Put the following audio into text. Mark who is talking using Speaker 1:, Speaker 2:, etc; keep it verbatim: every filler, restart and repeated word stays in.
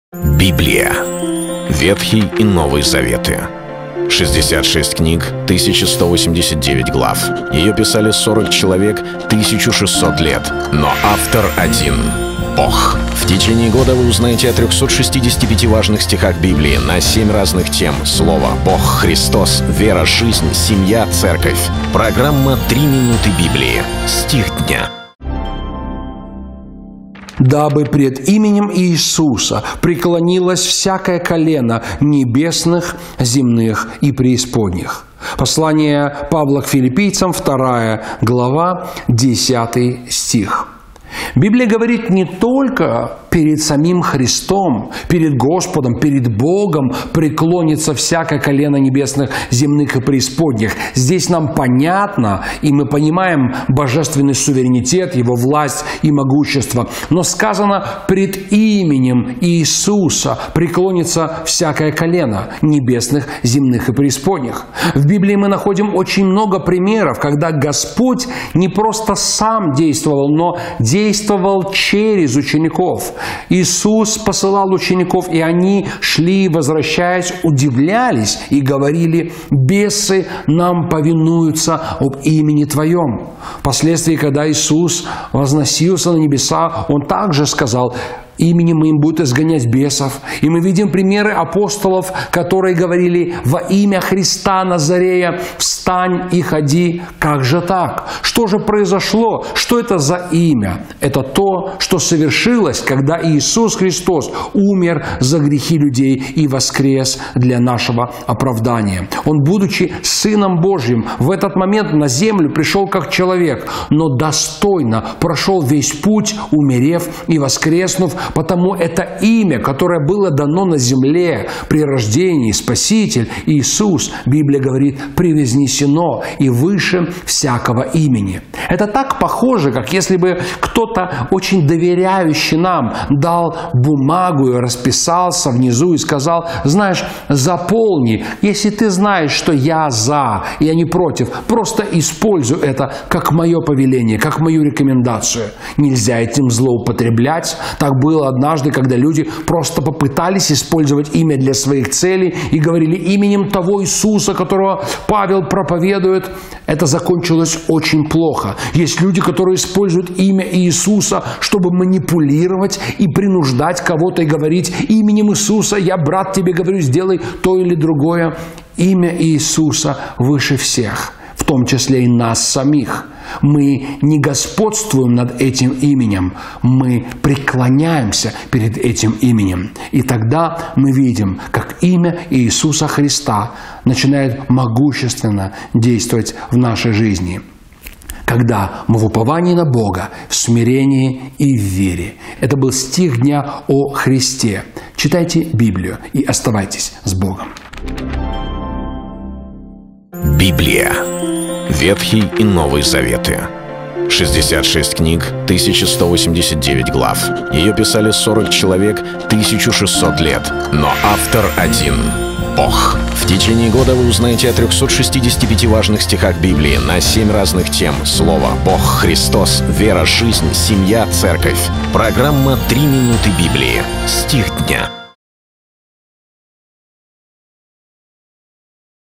Speaker 1: Библия. Ветхий и Новый Заветы. шестьдесят шесть книг, тысяча сто восемьдесят девять глав. Ее писали сорок человек, тысяча шестьсот лет. Но автор один — Бог. В течение года вы узнаете о трёхстах шестидесяти пяти важных стихах Библии на семь разных тем. Слово, Бог, Христос, вера, жизнь, семья, церковь. Программа «Три минуты Библии». Стих дня.
Speaker 2: «Дабы пред именем Иисуса преклонилось всякое колено небесных, земных и преисподних». Послание Павла к филиппийцам, вторая глава, десятый стих. Библия говорит не только перед самим Христом, перед Господом, перед Богом преклонится всякое колено небесных, земных и преисподних. Здесь нам понятно, и мы понимаем божественный суверенитет, Его власть и могущество. Но сказано, пред именем Иисуса преклонится всякое колено небесных, земных и преисподних. В Библии мы находим очень много примеров, когда Господь не просто сам действовал, но действовал через учеников. Иисус посылал учеников, и они шли, возвращаясь, удивлялись и говорили: «Бесы нам повинуются об имени Твоем». Впоследствии, когда Иисус возносился на небеса, Он также сказал: именем моим будут изгонять бесов. И мы видим примеры апостолов, которые говорили: во имя Христа Назарея встань и ходи. Как же так? Что же произошло? Что это за имя? Это то, что совершилось, когда Иисус Христос умер за грехи людей и воскрес для нашего оправдания. Он, будучи Сыном Божьим, в этот момент на землю пришел как человек, но достойно прошел весь путь, умерев и воскреснув. Потому это имя, которое было дано на земле при рождении, Спаситель Иисус, Библия говорит, превознесено и выше всякого имени. Это так похоже, как если бы кто-то, очень доверяющий нам, дал бумагу и расписался внизу и сказал: знаешь, заполни, если ты знаешь, что я за, я не против, просто используй это как мое повеление, как мою рекомендацию. Нельзя этим злоупотреблять. Так было однажды, когда люди просто попытались использовать имя для своих целей и говорили именем того Иисуса, которого Павел проповедует. Это закончилось очень плохо. Есть люди, которые используют имя Иисуса, чтобы манипулировать и принуждать кого-то и говорить: именем Иисуса я, брат, тебе говорю, сделай то или другое. Имя Иисуса выше всех, в том числе и нас самих. Мы не господствуем над этим именем, мы преклоняемся перед этим именем. И тогда мы видим, как имя Иисуса Христа начинает могущественно действовать в нашей жизни. Когда мы в уповании на Бога, в смирении и в вере. Это был стих дня о Христе. Читайте Библию и оставайтесь с Богом.
Speaker 1: Библия. Ветхий и Новый Заветы. шестьдесят шесть книг, тысяча сто восемьдесят девять глав. Ее писали сорок человек, тысяча шестьсот лет. Но автор один — Бог. В течение года вы узнаете о трёхстах шестидесяти пяти важных стихах Библии на семь разных тем. Слово, Бог, Христос, вера, жизнь, семья, церковь. Программа «Три минуты Библии». Стих дня.